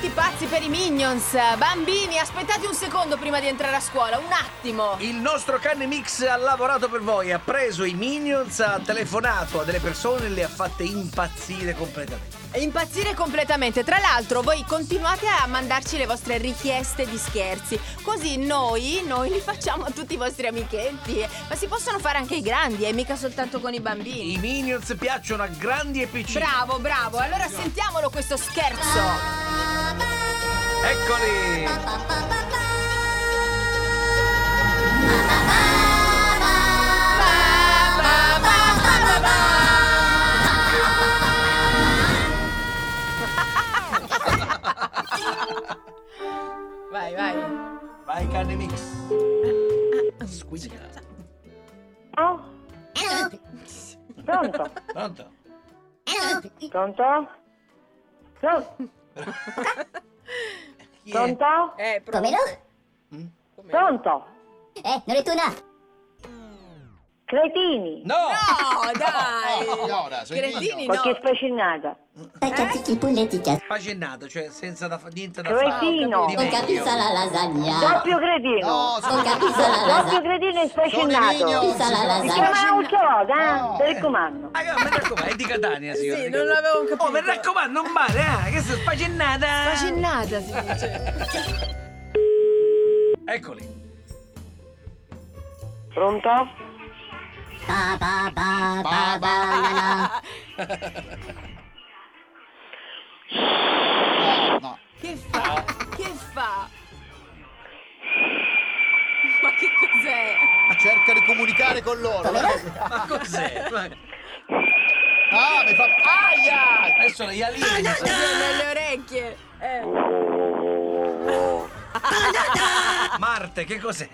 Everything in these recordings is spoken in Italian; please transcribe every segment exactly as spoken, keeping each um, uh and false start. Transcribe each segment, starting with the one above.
tutti pazzi per i Minions. Bambini, aspettate un secondo prima di entrare a scuola, un attimo. Il nostro cane Mix ha lavorato per voi, ha preso i Minions, ha telefonato a delle persone e le ha fatte impazzire completamente. Impazzire completamente. Tra l'altro voi continuate a mandarci le vostre richieste di scherzi, così noi, noi li facciamo a tutti i vostri amichetti. Ma si possono fare anche i grandi, e eh, mica soltanto con i bambini. I Minions piacciono a grandi e piccini. Bravo, bravo. Allora sentiamolo questo scherzo. Eccoli. Vai, vai. Vai, cane Mix. Squilla. Oh. Pronto? Pronto? Pronto? Pronto? Chi è? Pronto? Eh, pro- Come no? come- Pronto? Eh, non è tu no? Cretini? No! No, dai. Signora, sono Cretini, Perché no. spacinata? Tagliati pulletica. Spagennato, cioè senza da fa- niente da fare. Cretino? Di Con meglio. capizza la lasagna. Doppio cretino? No, Con capizza la Doppio lasagna. cretino e sono i spacinato? Minions. Pizza la Si lasagna. chiama un soldo, eh? No. Ti raccomando. Ah, ma mi raccomando, è di Catania, signora. Sì, di non Catania. l'avevo capito. Oh, mi raccomando, non male, eh? Che sei spagennata. Spaginnata si dice. Eccoli. Pronto? Ba ba ba ba ba na na. No, no. Che fa? Che fa? Ma che cos'è? Cerca di comunicare con loro. Ma cos'è? Ma- Ah, mi fa... Aia! Adesso gli alieni. Nelle orecchie. Eh. Marte, che cos'è?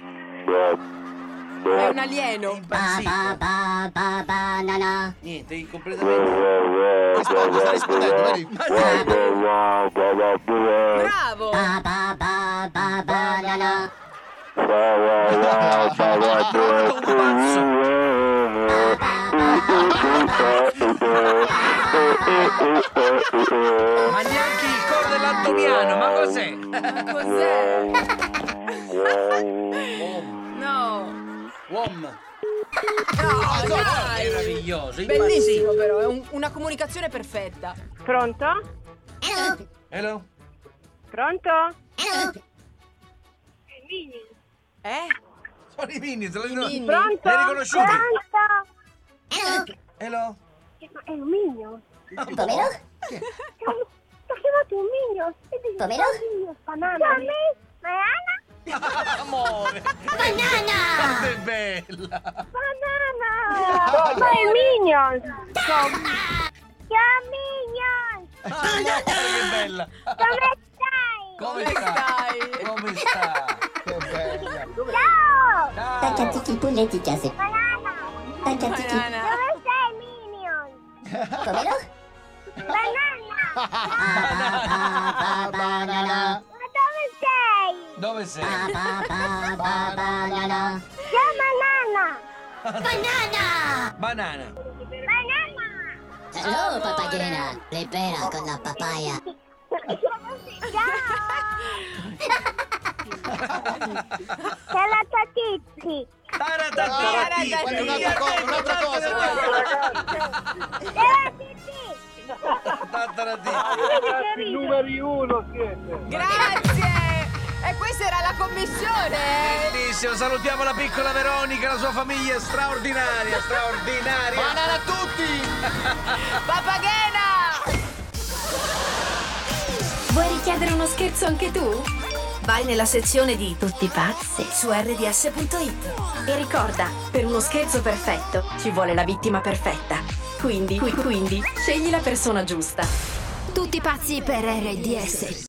È un alieno. Ba Impazzito. ba ba ba ba na na. Niente, completamente. Mi sta, mi sta rispondendo, vedi? Bravo. Ba ba ba ba ba na na. Un pazzo. Ma neanche il coro dell'Antoniano, ma cos'è? Ma cos'è? No. Uom. No, dai. Meraviglioso, Bellissimo impazzito. però, è un- una comunicazione perfetta. Pronto? Hello? Pronto? Eh? Sono i Minions, li Minions. Pronto? hai riconosciuti? Pronto? Hello? Ma è un minion. Come no? Ho chiamato un minion. Come no? Banana. Banana? Amore, Banana! è bella. Banana! Ma è minion. Ciao minion. Amore, che bella. Dove stai? Come Come sta? stai? Come sta? Che bella. Ciao! Ciao. Tagliati pulletica se. Banana! Tagliati. Banana. Dove sei minion? Come no? Banana! Ba ba ba ba na na. Ma dove sei? Dove sei? Ba ba ba ba ba na na. Ciao banana! Banana! Banana. Banana! Hello, papagena. Libera con la papaya. C'è la tatizzi! Taratati. Guarda, quella è un'altra cosa, un'altra cosa, C'è la tatizzi! Tatarati. Numeri uno siete! Grazie. E questa era la commissione. Bellissimo, salutiamo la piccola Veronica, la sua famiglia è straordinaria, straordinaria. Banana a tutti! Papagena. Vuoi richiedere uno scherzo anche tu? Vai nella sezione di Tutti pazzi su erre di esse punto it e ricorda, per uno scherzo perfetto ci vuole la vittima perfetta. Quindi, qui- quindi, scegli la persona giusta. Tutti pazzi per erre di esse.